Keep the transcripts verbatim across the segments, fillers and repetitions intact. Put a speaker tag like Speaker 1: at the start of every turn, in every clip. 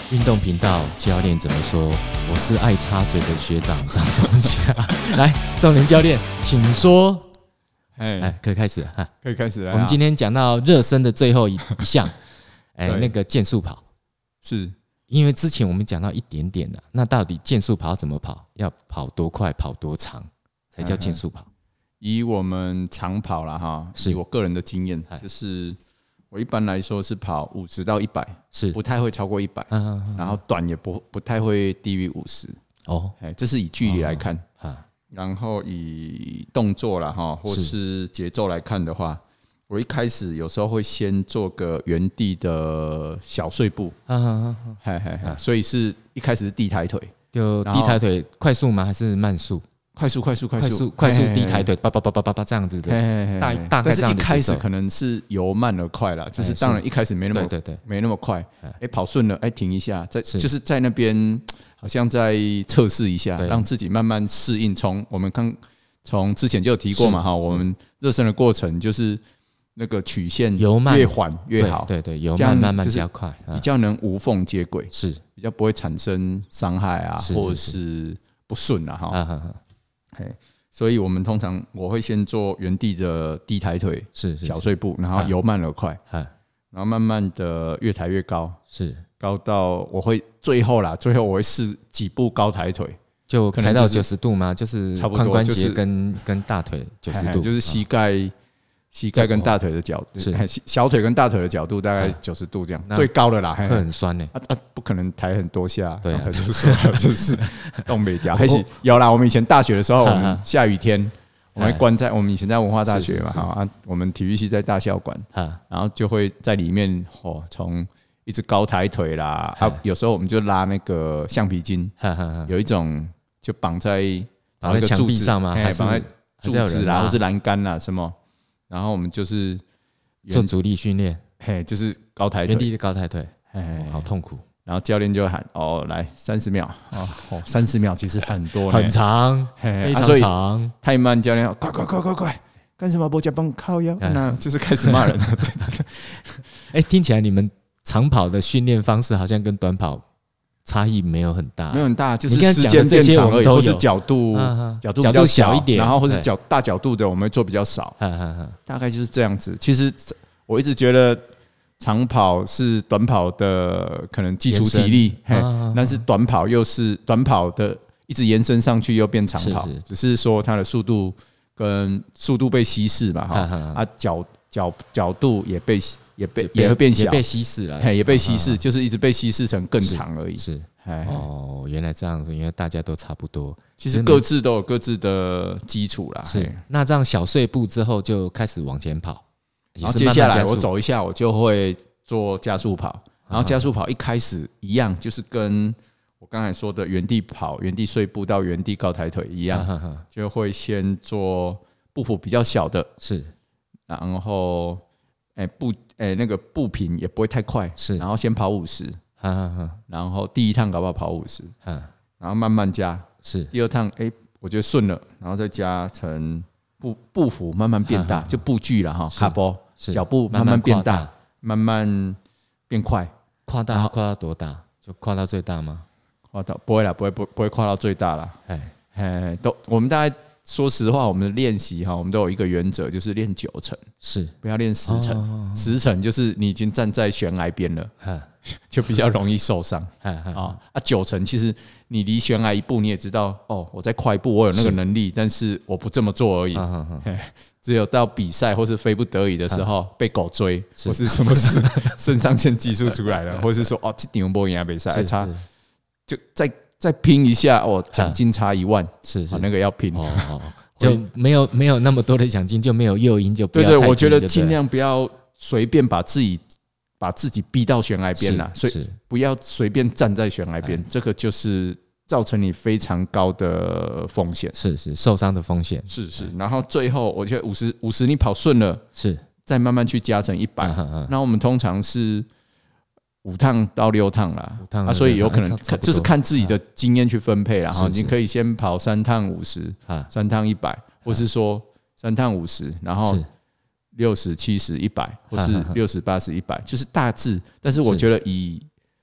Speaker 1: 运动频道教练怎么说？我是爱插嘴的学长张峰嘉。来，仲林教练，请说。哎，可以开始了，
Speaker 2: 可以开始了。
Speaker 1: 我们今天讲到热身的最后一一项，哎，那个健速跑。
Speaker 2: 是
Speaker 1: 因为之前我们讲到一点点的，那到底健速跑怎么跑？要跑多快、跑多长才叫健速跑？
Speaker 2: 以我们长跑啦哈，以我个人的经验，就是我一般来说是跑五十到一百，是不太会超过一百，然后短也不不太会低于五十。哦，这是以距离来看。然后以动作啦哈，或是节奏来看的话，我一开始有时候会先做个原地的小碎步，所以是一开始是低抬腿，
Speaker 1: 就低抬腿快速吗？还是慢速？
Speaker 2: 快速，快速，快速，
Speaker 1: 快速低抬腿，叭叭叭叭叭叭这样子的，大大概这样的节奏。但是一开始
Speaker 2: 可能是由慢而快啦，就是当然一开始没那么对对没那么快，哎跑顺了，哎停一下，在就是在那边好像在测试一下，让自己慢慢适应。从我们刚从之前就有提过嘛哈，我们热身的过程就是那个曲线越缓越好，
Speaker 1: 对对，由慢慢慢加快，
Speaker 2: 比较能无缝接轨，是比较不会产生伤害啊，或者是不顺啊哈。所以我们通常我会先做原地的低抬腿，是小碎步，然后由慢而快，然后慢慢的越抬越高，是高到我会最后啦，最后我会试几步高抬腿，
Speaker 1: 就抬到九十度吗？就是髋关节跟跟大腿九十度，
Speaker 2: 就是膝盖。膝盖跟大腿的角度，小腿跟大腿的角度大概九十度这样，最高的啦，
Speaker 1: 会很酸呢。
Speaker 2: 啊啊，不可能抬很多下，刚才就是说了，就是动不了。还是有啦，我们以前大学的时候，我们下雨天，我们关在我们以前在文化大学嘛，啊，我们体育系在大校馆，然后就会在里面哦，从一直高抬腿啦，啊，有时候我们就拉那个橡皮筋，有一种就绑在
Speaker 1: 绑在墙壁上吗？
Speaker 2: 还绑在柱子啦，或是栏杆啦什么。然后我们就是
Speaker 1: 做阻力训练，
Speaker 2: 嘿，就是高抬腿，
Speaker 1: 原地的高抬腿，好痛苦。
Speaker 2: 然后教练就喊：“哦，来三十秒哦，三十秒其实很多，
Speaker 1: 很长，非常长。
Speaker 2: 太慢，教练快快快快快，干什么？不加帮靠腰，那就是开始骂人了。”
Speaker 1: 哎，听起来你们长跑的训练方式好像跟短跑差异没有很大，
Speaker 2: 没有很大，就是时间变长而已，或是角度角度比较小一点，然后或是角大角度的我们会做比较少，大概就是这样子。其实我一直觉得长跑是短跑的可能基础体力，但是短跑又是短跑的一直延伸上去又变长跑，只是说它的速度跟速度被稀释嘛，哈啊角角角度也被。也被也会变小，
Speaker 1: 也被稀释了，
Speaker 2: 也被稀释，就是一直被稀释成更长而已。
Speaker 1: 是哦，原来这样子，因为大家都差不多，
Speaker 2: 其实各自都有各自的基础啦。
Speaker 1: 是，那这样小碎步之后就开始往前跑，
Speaker 2: 然后接下来我走一下，我就会做加速跑。然后加速跑一开始一样，就是跟我刚才说的原地跑、原地碎步到原地高抬腿一样，就会先做步幅比较小的，是，然后哎步。哎、欸，那个步频也不会太快，是，然后先跑五十，然后第一趟搞不好跑五十，然后慢慢加，是，第二趟哎、欸，我觉得顺了，然后再加成步步幅慢慢变大，就步距了哈，卡波脚步慢慢变大，慢慢变快，
Speaker 1: 扩大扩到多大？就扩到最大吗？
Speaker 2: 扩到不会啦，不会不不会扩到最大啦，哎哎，都我们大概。说实话，我们的练习哈，我们都有一个原则，就是练九成，是不要练十成。十成就是你已经站在悬崖边了，就比较容易受伤啊。啊，九成其实你离悬崖一步，你也知道哦，我在快一步，我有那个能力，但是我不这么做而已。只有到比赛或是非不得已的时候，被狗追，或是什么事，肾上腺激素出来了，或是说哦，这场不赢比赛，差就再。再拼一下哦，奖金差一万，是是、啊、那个要拼，哦哦、
Speaker 1: 就没有没有那么多的奖金，就没有诱因，就不要
Speaker 2: 对对，我觉得尽量不要随便把自己把自己逼到悬崖边啦，所以不要随便站在悬崖边，这个就是造成你非常高的风险，
Speaker 1: 是是受伤的风险，
Speaker 2: 是是。然后最后我觉得五十五十你跑顺了，是再慢慢去加成一百，那我们通常是。五趟到六趟啦，啊，所以有可能就是看自己的经验去分配啦。哈，你可以先跑三趟五十，三趟一百，或是说三趟五十，然后六十、七十、一百，或是六十、八十、一百，就是大致。但是我觉得以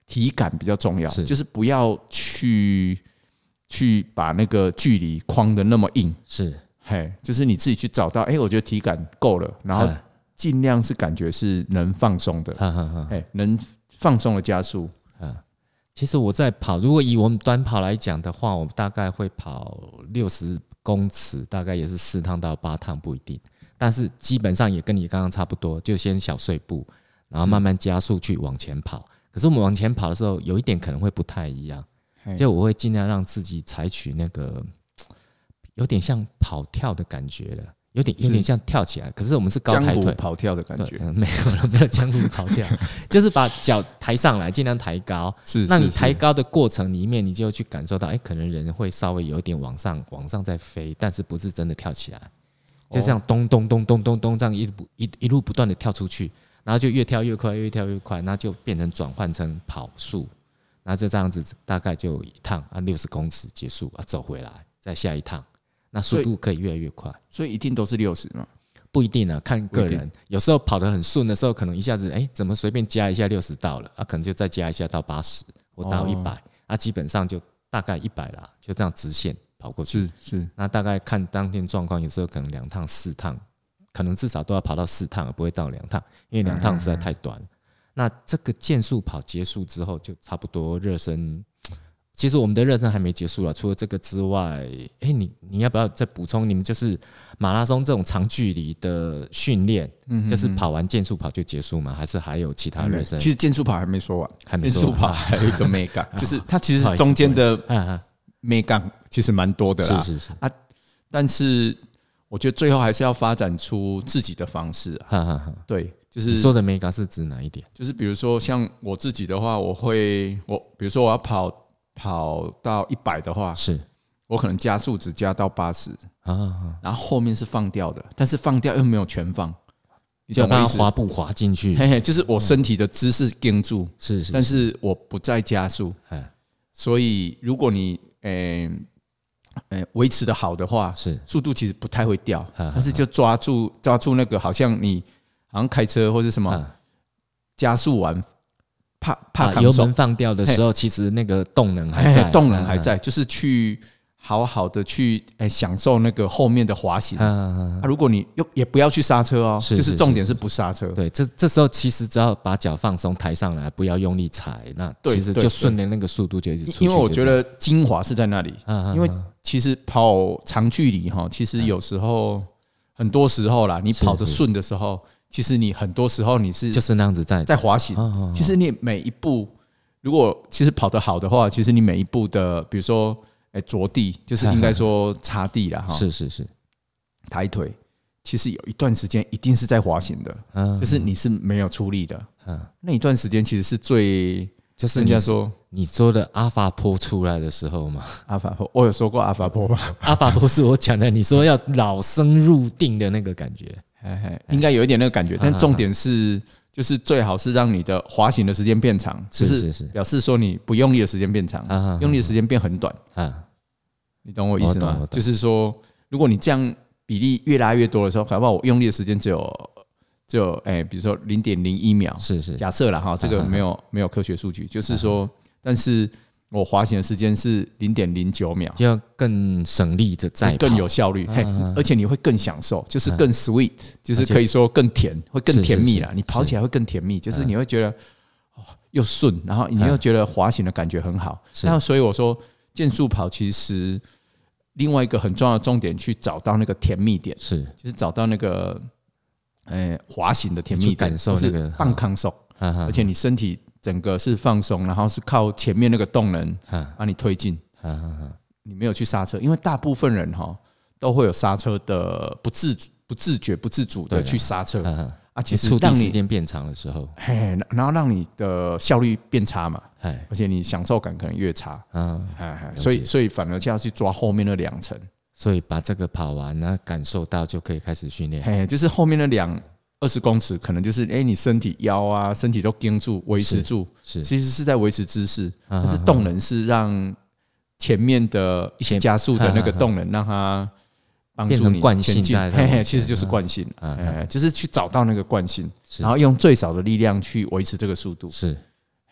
Speaker 2: 体感比较重要，就是不要去去把那个距离框的那么硬，
Speaker 1: 是，
Speaker 2: 嘿，就是你自己去找到，哎、欸，我觉得体感够了，然后尽量是感觉是能放松的，哎，能放松的加速。
Speaker 1: 其实我在跑，如果以我们短跑来讲的话，我们大概会跑六十公尺，大概也是四趟到八趟不一定，但是基本上也跟你刚刚差不多，就先小碎步，然后慢慢加速去往前跑。可是我们往前跑的时候，有一点可能会不太一样，就我会尽量让自己采取那个有点像跑跳的感觉了。有点有点像跳起来，可是我们是高抬腿
Speaker 2: 江湖跑跳的感觉，
Speaker 1: 嗯、没有了，没有江湖跑跳，就是把脚抬上来，尽量抬高。
Speaker 2: 是，
Speaker 1: 那你抬高的过程里面，你就去感受到，哎、欸，可能人会稍微有一点往上，往上在飞，但是不是真的跳起来，就这样咚咚咚咚咚咚这样一路一一路不断的跳出去，然后就越跳越快，越跳越快，那就变成转换成跑速，然后就这样子，大概就一趟啊六十公尺结束啊，走回来，再下一趟。那速度可以越来越快，
Speaker 2: 所以一定都是六十吗？
Speaker 1: 不一定啊，看个人。有时候跑得很顺的时候，可能一下子哎、欸，怎么随便加一下六十到了啊，可能就再加一下到八十或到一百、哦，啊，基本上就大概一百啦，就这样直线跑过去。
Speaker 2: 是是。
Speaker 1: 那大概看当天状况，有时候可能两趟、四趟，可能至少都要跑到四趟，不会到两趟，因为两趟实在太短了。嗯嗯嗯。那这个健速跑结束之后，就差不多热身。其实我们的热身还没结束了，除了这个之外，哎，你你要不要再补充？你们就是马拉松这种长距离的训练，嗯，就是跑完健速跑就结束吗？还是还有其他热身？
Speaker 2: 其实健速跑还没说完，
Speaker 1: 还没说完。
Speaker 2: 健速跑还有一个 mega， 就是它其实中间的 mega 其实蛮多的啦，
Speaker 1: 是是是
Speaker 2: 啊，但是我觉得最后还是要发展出自己的方式啊。对，就是
Speaker 1: 你说的 mega 是指哪一点？
Speaker 2: 就是比如说像我自己的话，我会我比如说我要跑。跑到一百的话，
Speaker 1: 是
Speaker 2: 我可能加速只加到八十、
Speaker 1: 啊，
Speaker 2: 然后后面是放掉的，但是放掉又没有全放，
Speaker 1: 你就把滑步滑进去，
Speaker 2: 嘿嘿，就是我身体的姿势盯住，
Speaker 1: 是是，
Speaker 2: 但是我不再加速，所以如果你诶诶维持的好的话，
Speaker 1: 是
Speaker 2: 速度其实不太会掉，但是就抓住抓住那个好像你好像开车或是什么加速完。怕怕
Speaker 1: 油门放掉的时候，其实那个动能还在，
Speaker 2: 动能还在，就是去好好的去享受那个后面的滑行。啊，如果你又也不要去刹车哦，就是重点是不刹车。
Speaker 1: 对，这这时候其实只要把脚放松，抬上来，不要用力踩，那其实就顺着那个速度就一直出去。
Speaker 2: 因为我觉得精华是在那里，因为其实跑长距离哈，其实有时候很多时候啦，你跑得顺的时候。其实你很多时候你是
Speaker 1: 就是那样子在
Speaker 2: 在滑行，其实你每一步如果其实跑得好的话，其实你每一步的比如说哎着地，就是应该说擦地啦，
Speaker 1: 是是是，
Speaker 2: 抬腿，其实有一段时间一定是在滑行的，就是你是没有出力的，那一段时间其实是最
Speaker 1: 就是人家说你说的阿法波出来的时候嘛，
Speaker 2: 阿法波我有说过阿法波吗？
Speaker 1: 阿法波是我讲的，你说要老生入定的那个感觉。
Speaker 2: 应该有一点那个感觉，但重点是，就是最好是让你的滑行的时间变长，就是表示说你不用力的时间变长，用力的时间变很短。你懂我意思吗？就是说，如果你这样比例越拉越多的时候，搞不好我用力的时间只有只有哎，比如说零点零一秒，
Speaker 1: 是是，
Speaker 2: 假设啦哈，这个没有没有科学数据，就是说，但是。我滑行的时间是零点零九秒，
Speaker 1: 就要更省力的再跑，
Speaker 2: 更有效率，而且你会更享受，就是更 sweet， 就是可以说更甜，会更甜蜜啦。你跑起来会更甜蜜，就是你会觉得哦又顺，然后你又觉得滑行的感觉很好。那所以我说健速跑其实另外一个很重要的重点，去找到那个甜蜜点，
Speaker 1: 是
Speaker 2: 就是找到那个呃滑行的甜蜜点，
Speaker 1: 感受那个
Speaker 2: 棒康手，而且你身体。整个是放松，然后是靠前面那个动能把你推进，你没有去刹车，因为大部分人哈都会有刹车的不自不自觉、不自主的去刹车啊，其实让你
Speaker 1: 时间变长的时候，
Speaker 2: 然后让你的效率变差嘛，而且你享受感可能越差，所以所以反而就要去抓后面那两层，
Speaker 1: 所以把这个跑完，然后感受到就可以开始训练，
Speaker 2: 就是后面那两。二十公尺可能就是哎，你身体腰啊，身体都盯住，维持住，
Speaker 1: 是
Speaker 2: 其实是在维持姿势，但是动能是让前面的一起加速的那个动能，让它帮助你前进。嘿嘿，其实就是惯性，哎，就是去找到那个惯性，然后用最少的力量去维持这个速度。
Speaker 1: 是，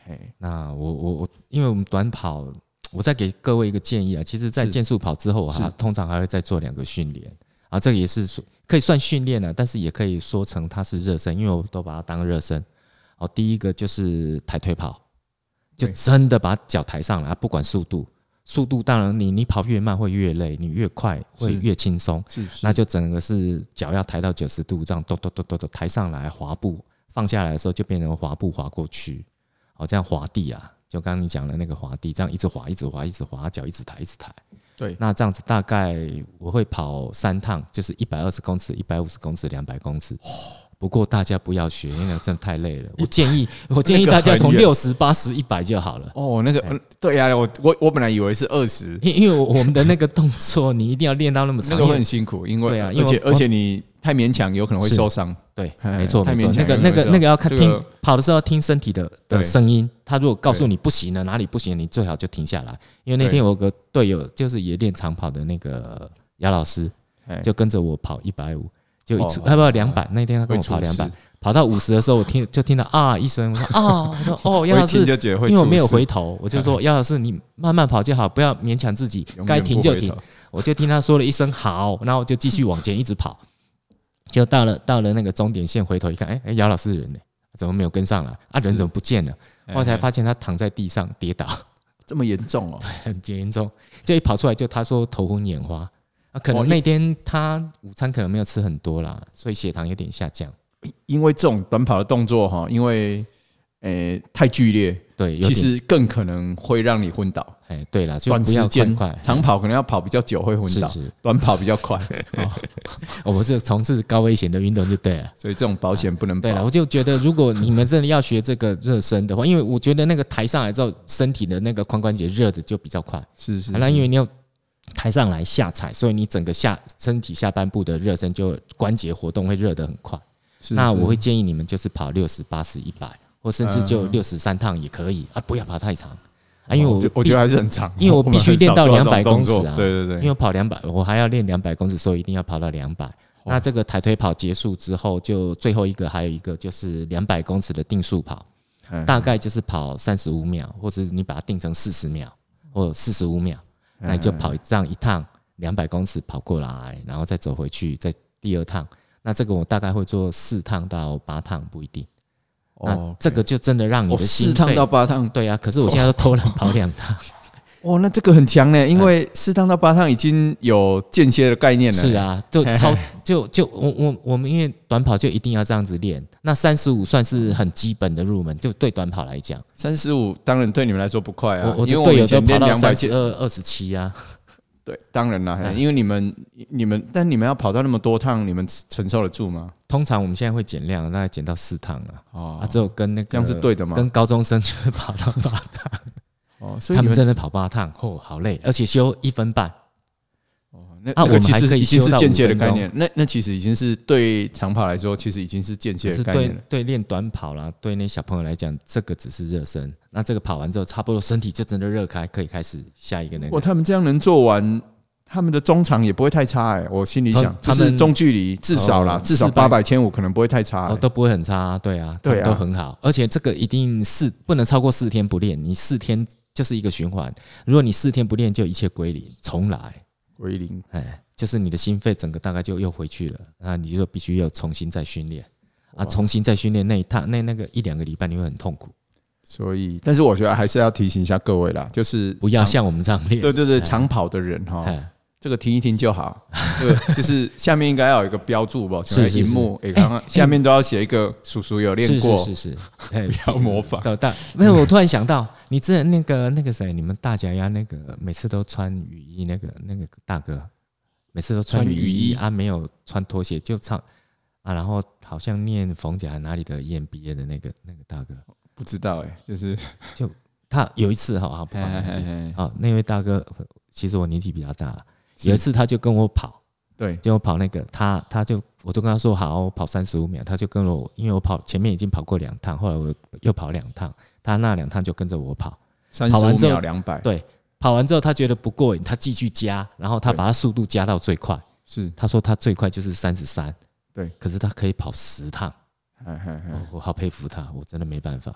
Speaker 1: 那我我我，因为我们短跑，我再给各位一个建议啊，其实，在健速跑之后，我通常还会再做两个训练啊，这个也是可以算训练啊，但是也可以说成它是热身，因为我都把它当热身。哦，第一个就是抬腿跑，就真的把脚抬上来，不管速度，速度当然你你跑越慢会越累，你越快会越轻松，那就整个是脚要抬到九十度，这样咚咚咚咚咚抬上来，滑步放下来的时候就变成滑步滑过去。哦，这样滑地啊，就刚刚你讲的那个滑地，这样一直滑，一直滑，一直滑，脚一直抬，一直抬。
Speaker 2: 对，
Speaker 1: 那这样子大概我会跑三趟，就是一百二十公尺、一百五十公尺、两百公尺。不过大家不要学，因为真的太累了。我建议，我建议大家从六十、八十、一百就好了。
Speaker 2: 哦，那个，对呀、啊，我我我本来以为是二十，
Speaker 1: 因为我们的那个动作，你一定要练到那么长，
Speaker 2: 那个会很辛苦，因为
Speaker 1: 对啊，
Speaker 2: 而且而且你太勉强，有可能会受伤。
Speaker 1: 对，没错，
Speaker 2: 太勉强。
Speaker 1: 那个、那个、那个要看听跑的时候要听身体的的声音。他如果告诉你不行了，哪里不行，你最好就停下来。因为那天我有个队友，就是也练长跑的那个姚老师，就跟着我跑一百五，就一出要不要两百？那天他跟我跑两百，跑到五十的时候，我听就听到啊一声，我说啊，我说哦，姚老师，因为我没有回头，我就说姚老师，你慢慢跑就好，不要勉强自己，该停就停。我就听他说了一声好，然后我就继续往前一直跑。就到了到了那个终点线，回头一看，哎、欸、哎，姚老师的人呢？怎么没有跟上来？啊，人怎么不见了？我才发现他躺在地上跌倒，
Speaker 2: 这么严重哦，
Speaker 1: 很严重。就一跑出来，就他说头昏眼花，啊，可能那天他午餐可能没有吃很多啦，所以血糖有点下降。
Speaker 2: 因为这种短跑的动作哈，因为诶、欸、太剧烈，
Speaker 1: 对，
Speaker 2: 其实更可能会让你昏倒。
Speaker 1: 哎，对了，
Speaker 2: 短时间长跑可能要跑比较久会昏倒，是是短跑比较快。
Speaker 1: 我们是从事高危险的运动就对了，
Speaker 2: 所以这种保险不能跑。
Speaker 1: 对了，我就觉得如果你们真的要学这个热身的话，因为我觉得那个抬上来之后，身体的那个髋关节热的就比较快。
Speaker 2: 是 是, 是。
Speaker 1: 那因为你要抬上来下踩，所以你整个下身体下半部的热身就关节活动会热得很快。是是，那我会建议你们就是跑六十、八十、一百，或甚至就六十三趟也可以啊，不要跑太长。啊，因为 我,
Speaker 2: 我觉得还是很长，
Speaker 1: 因为我必须练到两百公尺啊，
Speaker 2: 对对对，
Speaker 1: 因为我跑两百，我还要练两百公尺，所以一定要跑到两百。那这个抬腿跑结束之后，就最后一个还有一个就是两百公尺的定速跑，大概就是跑三十五秒，或者你把它定成四十秒或四十五秒，那你就跑这样一趟两百公尺跑过来，然后再走回去，再第二趟。那这个我大概会做四趟到八趟，不一定。那这个就真的让你的心肺、哦、四趟
Speaker 2: 到八趟，
Speaker 1: 对啊。可是我现在都偷懒跑两趟。
Speaker 2: 哦，那这个很强呢，因为四趟到八趟已经有间歇的概念了。
Speaker 1: 是啊，就超就就我我我们因为短跑就一定要这样子练。那三十五算是很基本的入门，就对短跑来讲。
Speaker 2: 三十五当然对你们来说不快啊，
Speaker 1: 我我的队友都跑到三十二、二十七啊。
Speaker 2: 对，当然啦，因为你们你们，但你们要跑到那么多趟，你们承受得住吗？
Speaker 1: 通常我们现在会减量，大概减到四趟了。哦，啊，只有跟那个
Speaker 2: 这样是对的吗？
Speaker 1: 跟高中生就会跑到八趟。哦，所以他们真的跑八趟，哦，好累，而且休一分半。
Speaker 2: 哦，那那个其实已经是间歇的概念。那那其实已经是对长跑来说，其实已经是间歇的概念了。
Speaker 1: 对对，练短跑啦，对那小朋友来讲，这个只是热身。那这个跑完之后，差不多身体就真的热开，可以开始下一个那个。
Speaker 2: 哇，他们这样能做完，他们的中长也不会太差哎、欸。我心里想，就是中距离至少啦，至少八百、千五可能不会太差、欸，
Speaker 1: 哦，都不会很差、啊。对啊，对啊，都很好。而且这个一定是不能超过四天不练，你四天就是一个循环。如果你四天不练，就一切归零，重来。
Speaker 2: 归零，
Speaker 1: 哎，就是你的心肺整个大概就又回去了，那你就必须要重新再训练啊，重新再训练那一趟那那个一两个礼拜你会很痛苦。
Speaker 2: 所以，但是我觉得还是要提醒一下各位啦，就是
Speaker 1: 不要像我们这样练。
Speaker 2: 对对对，长跑的人哈，这个听一听就好。对，就是下面应该要有一个标注吧，像荧幕，哎，刚刚下面都要写一个叔叔有练过，
Speaker 1: 是是是，
Speaker 2: 不要模仿。
Speaker 1: 但没有，我突然想到，你之前那个那个谁，你们大甲鸭那个每次都穿雨衣，那个那个大哥，每次都穿雨衣啊，没有穿拖鞋就唱啊，然后好像念逢甲哪里的 E M B A 的那个那个大哥。
Speaker 2: 不知道哎、欸，就是
Speaker 1: 就他有一次哈，不放心啊，那位大哥其实我年纪比较大，有一次他就跟我跑，
Speaker 2: 对，
Speaker 1: 就跑那个他他就我就跟他说好，我跑三十五秒，他就跟我，因为我跑前面已经跑过两趟，后来我又跑两趟，他那两趟就跟着我跑，
Speaker 2: 三十五秒两百，
Speaker 1: 对，跑完之后他觉得不过瘾，他继续加，然后他把他速度加到最快，
Speaker 2: 是
Speaker 1: 他说他最快就是三十三，
Speaker 2: 对，
Speaker 1: 可是他可以跑十趟。我好佩服他，我真的没办法。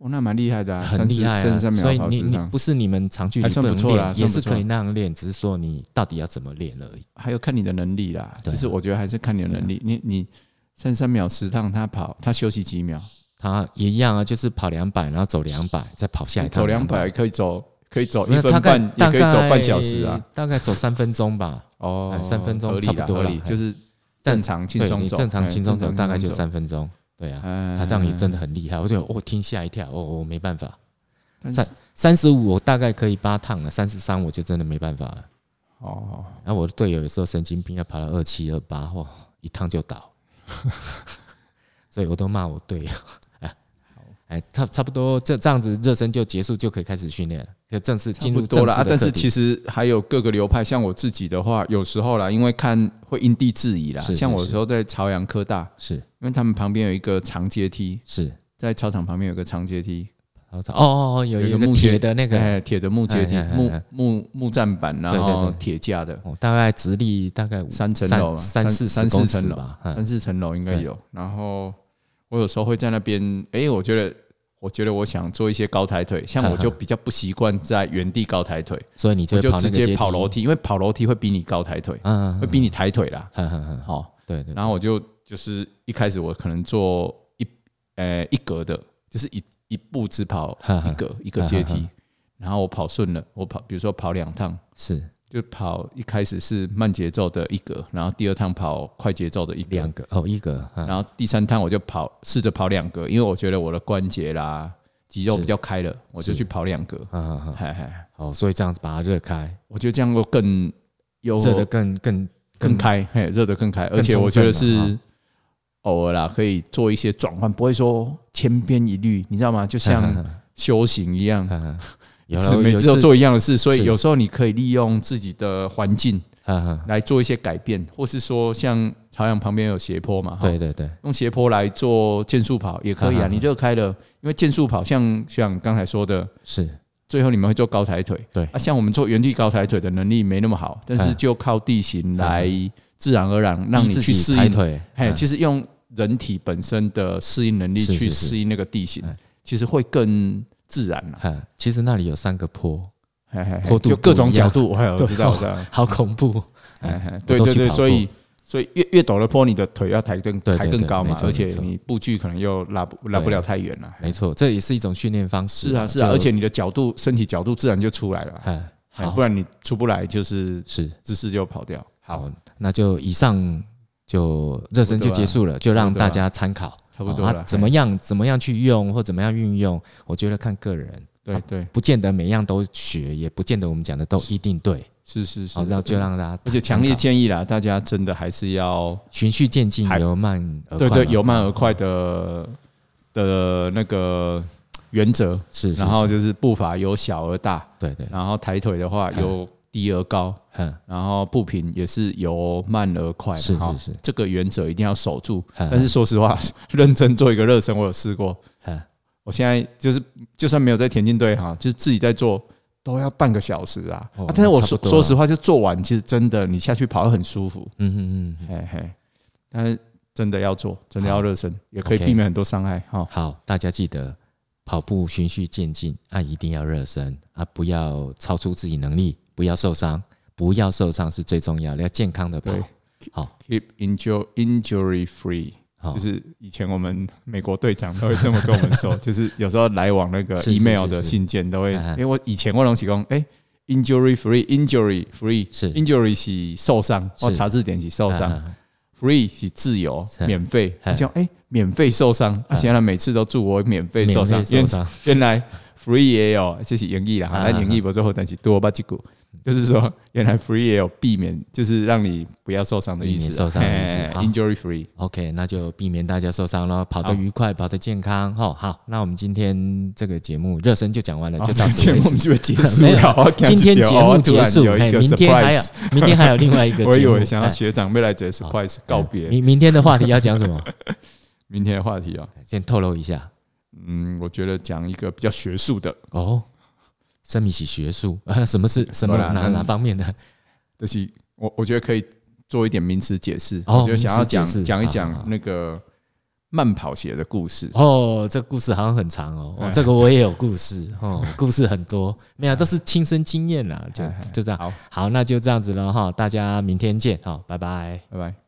Speaker 2: 哦，那蛮厉害的、啊，
Speaker 1: 很厉害啊。
Speaker 2: 三十三秒
Speaker 1: 所以你你不是你们长距离不能练，也是可以那样练，只是说你到底要怎么练而已。
Speaker 2: 还有看你的能力啦，其实我觉得还是看你的能力。你你三十三秒十趟，他跑他休息几秒？
Speaker 1: 他也一样啊，就是跑两百，然后走两百，再跑下一趟。
Speaker 2: 走两百可以走，可以走一分半，也可以走半小时啊。
Speaker 1: 大概走三分钟吧。哦，三分钟差不多了，
Speaker 2: 就是正常轻松走。
Speaker 1: 正常轻松走大概就三分钟。对啊，他这样也真的很厉害。我觉得我听吓一跳，我我没办法。三三十五我大概可以八趟了，三十三我就真的没办法了。哦，然后我的队友有时候神经病，要跑到二七二八，哇，一趟就倒。所以我都骂我队友。哎，差差不多这这样子热身就结束，就可以开始训练了，就正式进入正式的课题。
Speaker 2: 但是其实还有各个流派，像我自己的话，有时候啦，因为看会因地制宜啦。是是是像我有时候在朝阳科大，是因为他们旁边有一个长阶梯，是在操场旁边有一个长阶梯。
Speaker 1: 哦哦哦，有一个铁的那个
Speaker 2: 铁的木阶梯，木木木栈板，然后铁架的，
Speaker 1: 大概直立大概
Speaker 2: 三层楼，
Speaker 1: 三四
Speaker 2: 三四层楼
Speaker 1: 吧，
Speaker 2: 三四层楼应该有。然后我有时候会在那边，哎，我觉得。我觉得我想做一些高抬腿，像我就比较不习惯在原地高抬腿，
Speaker 1: 所以你就
Speaker 2: 直接跑楼梯，因为跑楼梯会逼你高抬腿，会逼你抬腿啦。好，对对。然后我就就是一开始我可能做一呃一格的，就是一一步只跑一格一个阶梯，然后我跑顺了，我跑比如说跑两趟是。就跑一开始是慢节奏的一格，然后第二趟跑快节奏的一格，
Speaker 1: 两个哦一格，
Speaker 2: 然后第三趟我就跑试着跑两格，因为我觉得我的关节啦肌肉比较开了，我就去跑两格。
Speaker 1: 哦，所以这样子把它热开，
Speaker 2: 我觉得这样会更有
Speaker 1: 热得更更
Speaker 2: 更开，热得更开，而且我觉得是偶尔啦可以做一些转换，不会说千篇一律，你知道吗？就像修行一样。每次都做一样的事，所以有时候你可以利用自己的环境来做一些改变，或是说像朝阳旁边有斜坡嘛，
Speaker 1: 对对对，
Speaker 2: 用斜坡来做健速跑也可以啊。你热开了，因为健速跑像像刚才说的，是最后你们会做高抬腿，对啊，像我们做原地高抬腿的能力没那么好，但是就靠地形来自然而然让你去适应
Speaker 1: 腿。
Speaker 2: 哎，其实用人体本身的适应能力去适应那个地形，其实会更。自然了，
Speaker 1: 其实那里有三个坡，
Speaker 2: 坡度就各种角度，我知道，我知道，
Speaker 1: 好恐怖。
Speaker 2: 对对对，所以所以越越陡的坡，你的腿要抬更抬更高嘛，而且你步距可能又拉不拉不了太远了。
Speaker 1: 没错，这也是一种训练方式。
Speaker 2: 是啊是啊，而且你的角度身体角度自然就出来了，不然你出不来就是是姿势就跑掉。好，
Speaker 1: 那就以上就热身就结束了，就让大家参考。差不多了，怎么样怎么样去用或怎么样运用，我觉得看个人，
Speaker 2: 对对，
Speaker 1: 不见得每样都学，也不见得我们讲的都一定对，
Speaker 2: 是是是，
Speaker 1: 好，那就让大家，
Speaker 2: 而且强烈建议啦，大家真的还是要
Speaker 1: 循序渐进，由慢而快，
Speaker 2: 对对，由慢而快的的那个原则是，然后就是步伐由小而大，对对，然后抬腿的话由低而高，然后步频也是由慢而快，是是是，这个原则一定要守住。但是说实话，认真做一个热身，我有试过。我现在就是就算没有在田径队哈，就是自己在做，都要半个小时啊。啊但是我说说实话，就做完，其实真的你下去跑很舒服。嗯嗯嗯，嘿嘿。但是真的要做，真的要热身，也可以避免很多伤害。哈，
Speaker 1: 好，大家记得跑步循序渐进啊，一定要热身啊，不要超出自己能力。不要受伤，不要受伤是最重要的，要健康的跑。好
Speaker 2: ，keep injury injury free， 就是以前我们美国队长都会这么跟我们说，就是有时候来往那个 email 的信件都会，因为我以前我拢是讲，哎 ，injury free，injury free 是 injury 是受伤，我查字典是受伤 ，free 是自由免费，我想哎，免费受伤，啊，现在每次都祝我免费受伤，原来 free 也有，这是英语啦，但英语不最后，但是多把这个。就是说，原来 free 也有避免，就是让你不要受伤的意思，
Speaker 1: 受伤的意思
Speaker 2: ，injury free。OK，
Speaker 1: 那就避免大家受伤了，跑得愉快，跑得健康。好，好，那我们今天这个节目热身就讲完了，就到此为止。节目
Speaker 2: 就结束了，
Speaker 1: 今天节目结束，明天还有，明天还有另外一个节目。
Speaker 2: 我以为想要学长未来这 surprise 告别。
Speaker 1: 明明天的话题要讲什么？
Speaker 2: 明天的话题啊，
Speaker 1: 先透露一下。
Speaker 2: 嗯，我觉得讲一个比较学术的
Speaker 1: 哦。生命系学术啊，什么是什么哪哪方面的？
Speaker 2: 就是我我觉得可以做一点名词解释。我觉得想要讲讲一讲那个慢跑鞋的故事。
Speaker 1: 哦，这故事好像很长哦。哦，这个我也有故事哦，故事很多，没有都是亲身经验啦，就就这样。好，好，那就这样子了哈，大家明天见，好，拜拜，
Speaker 2: 拜拜。